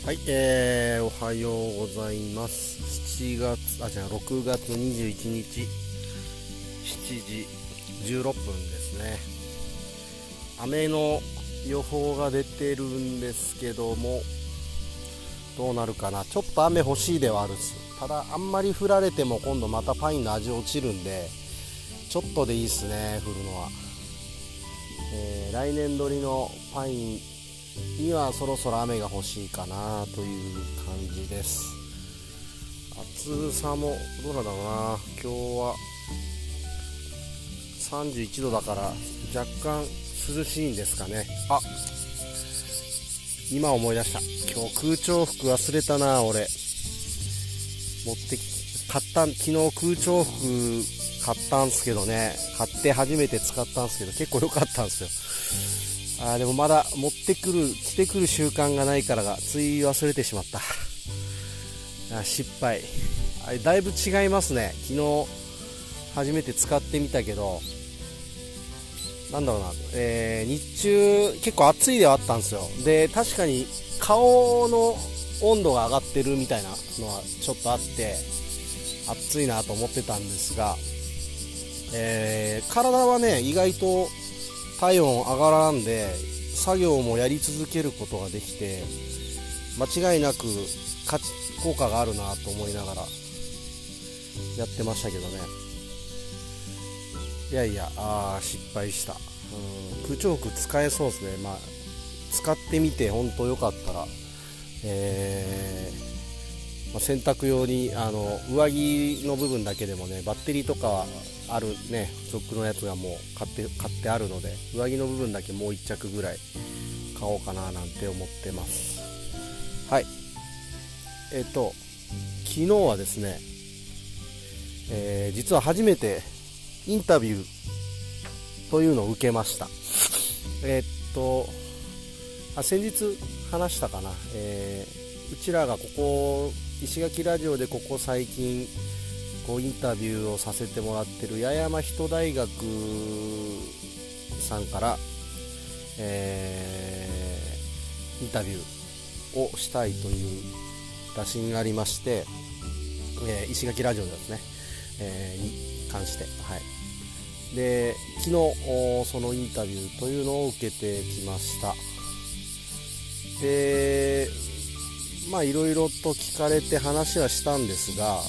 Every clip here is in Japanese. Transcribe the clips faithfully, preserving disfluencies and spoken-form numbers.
はい、えー、おはようございます。しちがつ、あ、じゃあろくがつにじゅういちにち、しちじじゅうろっぷんですね。雨の予報が出てるんですけども、どうなるかな。ちょっと雨欲しいではあるっす。ただ、あんまり降られても今度またパインの味落ちるんで、ちょっとでいいっすね、降るのは。えー、来年取りのパインにはそろそろ雨が欲しいかなという感じです。暑さもどうなんだろうな。今日はさんじゅういちどだから若干涼しいんですかね。あ、今思い出した。今日空調服忘れたな。俺持ってき買った昨日空調服買ったんすけどね。買って初めて使ったんすけど結構良かったんですよ。あーでもまだ持ってくる着てくる習慣がないからがつい忘れてしまった。あ、失敗。あれだいぶ違いますね。昨日初めて使ってみたけど、なんだろうな、えー、日中結構暑いではあったんですよ。で確かに顔の温度が上がってるみたいなのはちょっとあって暑いなと思ってたんですが、えー、体はね意外と体温上がらんで作業もやり続けることができて、間違いなく効果があるなと思いながらやってましたけどね。いやいや、あー失敗した。うん、空調服使えそうですね。まあ使ってみて本当良かったら、えーまあ、洗濯用にあの上着の部分だけでもね、バッテリーとかはあるね、ストックのやつがもう買って買ってあるので、上着の部分だけもういっちゃくぐらい買おうかななんて思ってます。はい。えっと昨日はですね、えー、実は初めてインタビューというのを受けました。えっとあ先日話したかな、えー、うちらがここ石垣ラジオでここ最近こうインタビューをさせてもらってる八重山人大学さんから、えー、インタビューをしたいという打診がありまして、えー、石垣ラジオですね、えー、に関して、はい、で昨日そのインタビューというのを受けてきました。でまあいろいろと聞かれて話はしたんですが、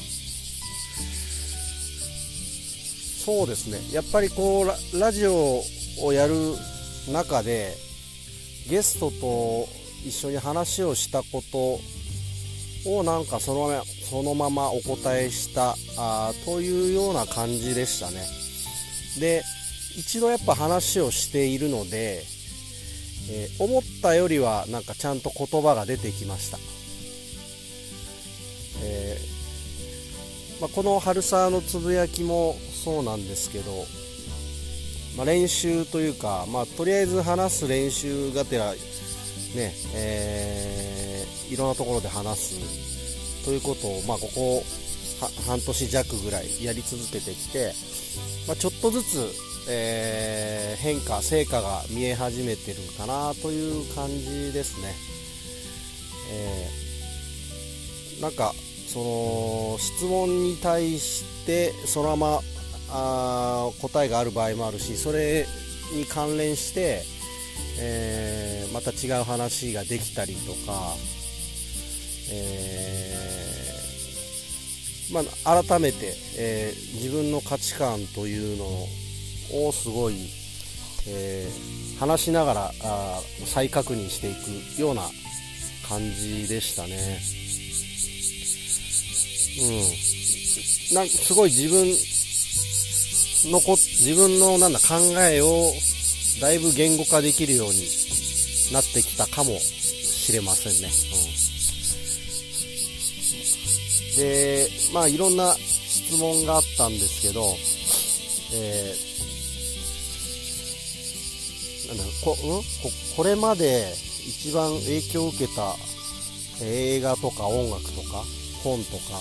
そうですね、やっぱりこう ラ, ラジオをやる中でゲストと一緒に話をしたことをなんかそのままそのままお答えしたあというような感じでしたね。で一度やっぱ話をしているので、えー、思ったよりはなんかちゃんと言葉が出てきました。えーまあ、この春沢のつぶやきもそうなんですけど、まあ、練習というか、まあ、とりあえず話す練習がてらね、えー、いろんなところで話すということを、まあ、ここ半年弱ぐらいやり続けてきて、まあ、ちょっとずつ、えー、変化成果が見え始めてるかなという感じですね。えー、なんかその質問に対してそのままあ答えがある場合もあるし、それに関連して、えー、また違う話ができたりとか、えーまあ、改めて、えー、自分の価値観というのをすごい、えー、話しながらあ再確認していくような感じでしたね。うん、なんかすごい自分のこ自分のなんだ考えをだいぶ言語化できるようになってきたかもしれませんね。うん、で、まあいろんな質問があったんですけど、えー、なんだこ、うん、ここれまで一番影響を受けた映画とか音楽とか本とか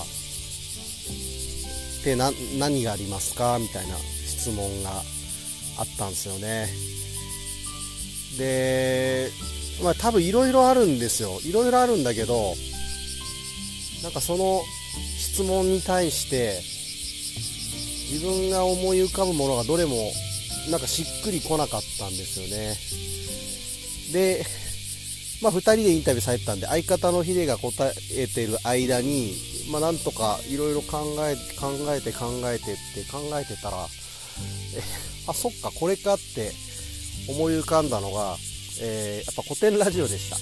でな何がありますかみたいな質問があったんですよね。でまあ多分いろいろあるんですよ。いろいろあるんだけど、なんかその質問に対して自分が思い浮かぶものがどれもなんかしっくりこなかったんですよね。で、まあふたりでインタビューされてたんで、相方のヒデが答えてる間に、まあなんとかいろいろ考え、考えて考えてって考えてたら、えあ、そっか、これかって思い浮かんだのが、えー、やっぱ古典ラジオでした。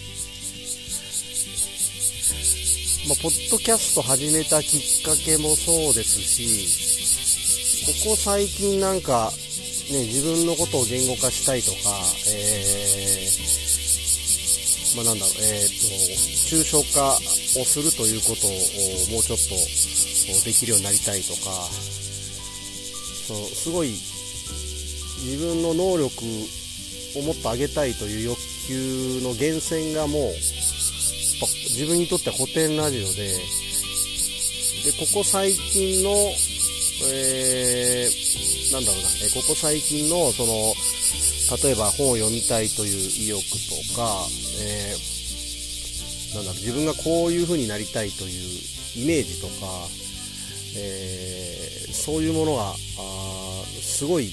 まあ、ポッドキャスト始めたきっかけもそうですし、ここ最近なんか、ね、自分のことを言語化したいとか、えー、まあなんだろう、えーと、抽象化をするということをもうちょっとできるようになりたいとか、そう、すごい自分の能力をもっと上げたいという欲求の源泉がもう自分にとっては古典ラジオで、でここ最近の、えー、なんだろうな、えここ最近のその例えば本を読みたいという意欲とか、えー、なんだろう、自分がこういう風になりたいというイメージとか、えー、そういうものがあすごい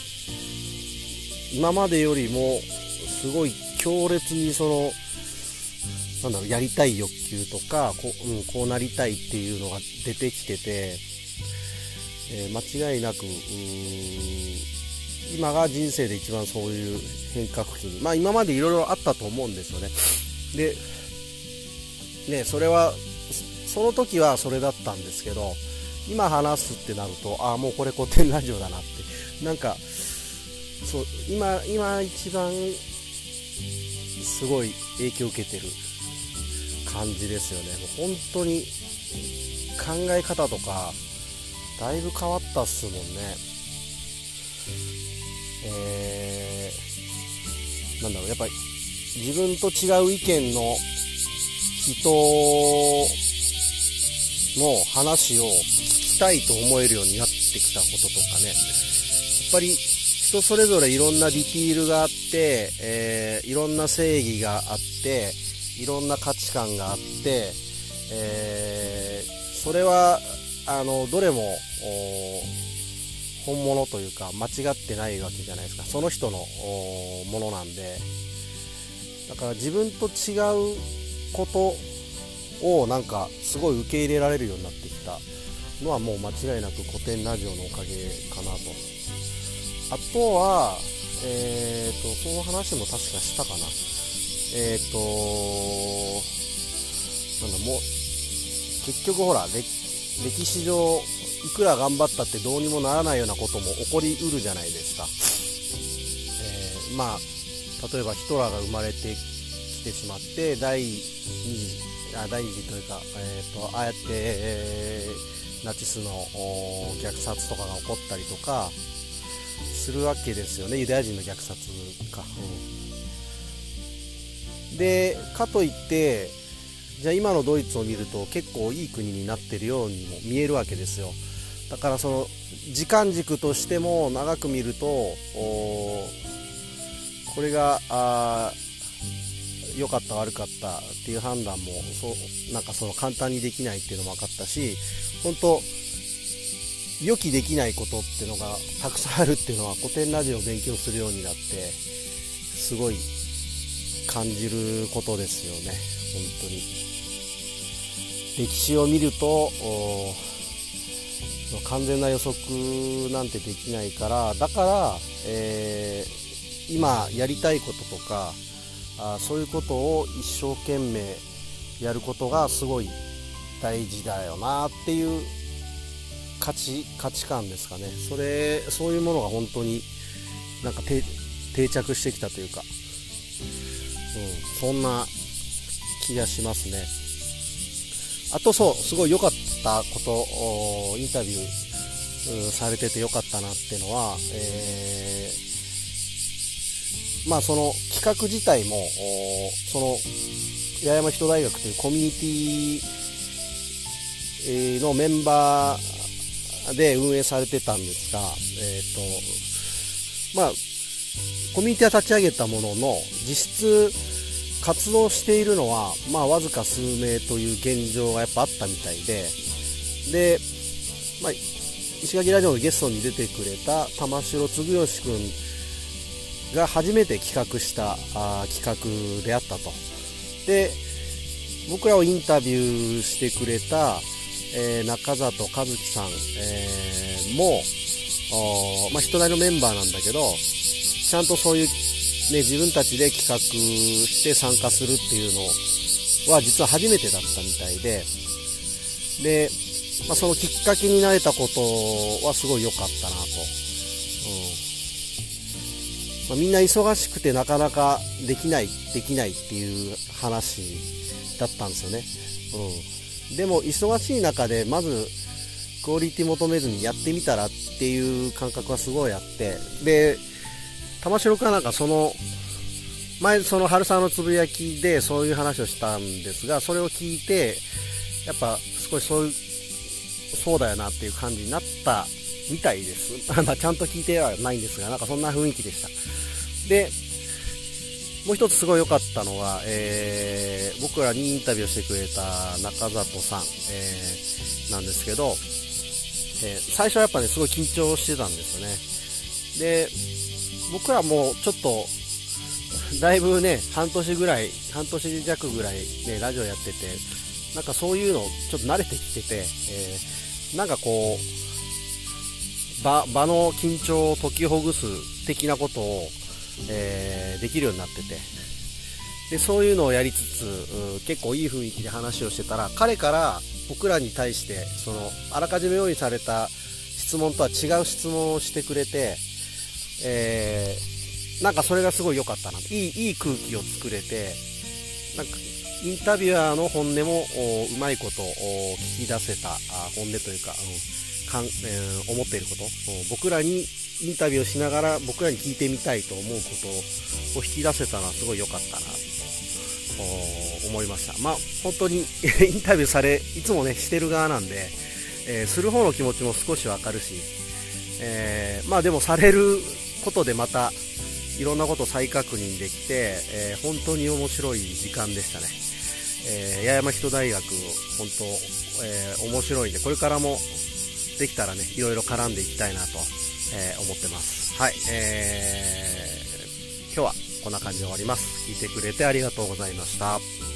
今までよりもすごい強烈にそのなんだろう、やりたい欲求とかこう、うん、こうなりたいっていうのが出てきてて、えー、間違いなく今が人生で一番そういう変革期に、まあ今までいろいろあったと思うんですよね。で、ね、それはその時はそれだったんですけど、今話すってなると、ああもうこれ古典ラジオだなって、なんかそう今今一番すごい影響を受けてる感じですよね。もう本当に考え方とかだいぶ変わったっすもんね。えー、なんだろう、やっぱり自分と違う意見の人の話を聞きたいと思えるようになってきたこととかね、やっぱり人それぞれいろんなディティールがあって、えー、いろんな正義があって、いろんな価値観があって、えー、それはあのどれも本物というか間違ってないわけじゃないですか。その人のものなんで、だから自分と違うことをなんかすごい受け入れられるようになってきたのはもう間違いなく古典ラジオのおかげかなと。あとは、えーと、その話も確かしたかな。えーと、なんだ、もう、結局ほら、歴史上、いくら頑張ったってどうにもならないようなことも起こりうるじゃないですか。えー、まあ、例えばヒトラーが生まれてきてしまって、第二次、あ、第二次というか、えーと、ああやって、えー、ナチスの虐殺とかが起こったりとか、するわけですよね。ユダヤ人の虐殺か、うん、でかといってじゃあ今のドイツを見ると結構いい国になってるようにも見えるわけですよ。だからその時間軸としても長く見るとこれが良かった悪かったっていう判断もそうなんかその簡単にできないっていうのも分かったし、本当予期できないことっていうのがたくさんあるっていうのは古典ラジオを勉強するようになってすごい感じることですよね。本当に歴史を見ると完全な予測なんてできないから、だから、えー、今やりたいこととかあそういうことを一生懸命やることがすごい大事だよなっていう価値、価値観ですかね。それそういうものが本当になんか定着してきたというか、うん、そんな気がしますね。あとそうすごい良かったことインタビュー、うん、されてて良かったなっていうのは、えー、まあその企画自体もその八重山人大学というコミュニティのメンバーで運営されてたんですが、えーとまあ、コミュニティは立ち上げたものの実質活動しているのは、まあ、わずか数名という現状がやっぱあったみたいで、で、まあ、石垣ラジオのゲストに出てくれた玉城嗣義君が初めて企画したあ企画であったと。で、僕らをインタビューしてくれた、えー、中里和樹さん、えー、も、まあ、人なりのメンバーなんだけど、ちゃんとそういう、ね、自分たちで企画して参加するっていうのは実は初めてだったみたいで、で、まあ、そのきっかけになれたことはすごい良かったなと、うんまあ、みんな忙しくてなかなかできないできないっていう話だったんですよね、うん、でも忙しい中でまずクオリティ求めずにやってみたらっていう感覚はすごいあって、で玉城君はなんかその前その春さんのつぶやきでそういう話をしたんですが、それを聞いてやっぱ少しそういうそうだよなっていう感じになったみたいですまあちゃんと聞いてはないんですが、なんかそんな雰囲気でした。でもう一つすごい良かったのは、えー、僕らにインタビューしてくれた中里さん、えー、なんですけど、えー、最初はやっぱねすごい緊張してたんですよね。で僕らもちょっとだいぶね半年ぐらい半年弱ぐらいねラジオやってて、なんかそういうのちょっと慣れてきてて、えー、なんかこう 場, 場の緊張を解きほぐす的なことを、えー、できるようになってて、でそういうのをやりつつ、うん、結構いい雰囲気で話をしてたら、彼から僕らに対してそのあらかじめ用意された質問とは違う質問をしてくれて、えー、なんかそれがすごい良かったな、いい、いい空気を作れて、なんかインタビュアーの本音もうまいこと聞き出せた本音というか、うんかんえー、思っていること、僕らにインタビューをしながら僕らに聞いてみたいと思うことを引き出せたのはすごい良かったなと思いました。まあ本当にインタビューされいつもねしてる側なんで、えー、する方の気持ちも少しわかるし、えー、まあでもされることでまたいろんなことを再確認できて、えー、本当に面白い時間でしたね。えー、八重山人大学本当、えー、面白いんで、これからもできたらねいろいろ絡んでいきたいなと、えー、思ってます。はい、えー、今日はこんな感じで終わります。聞いてくれてありがとうございました。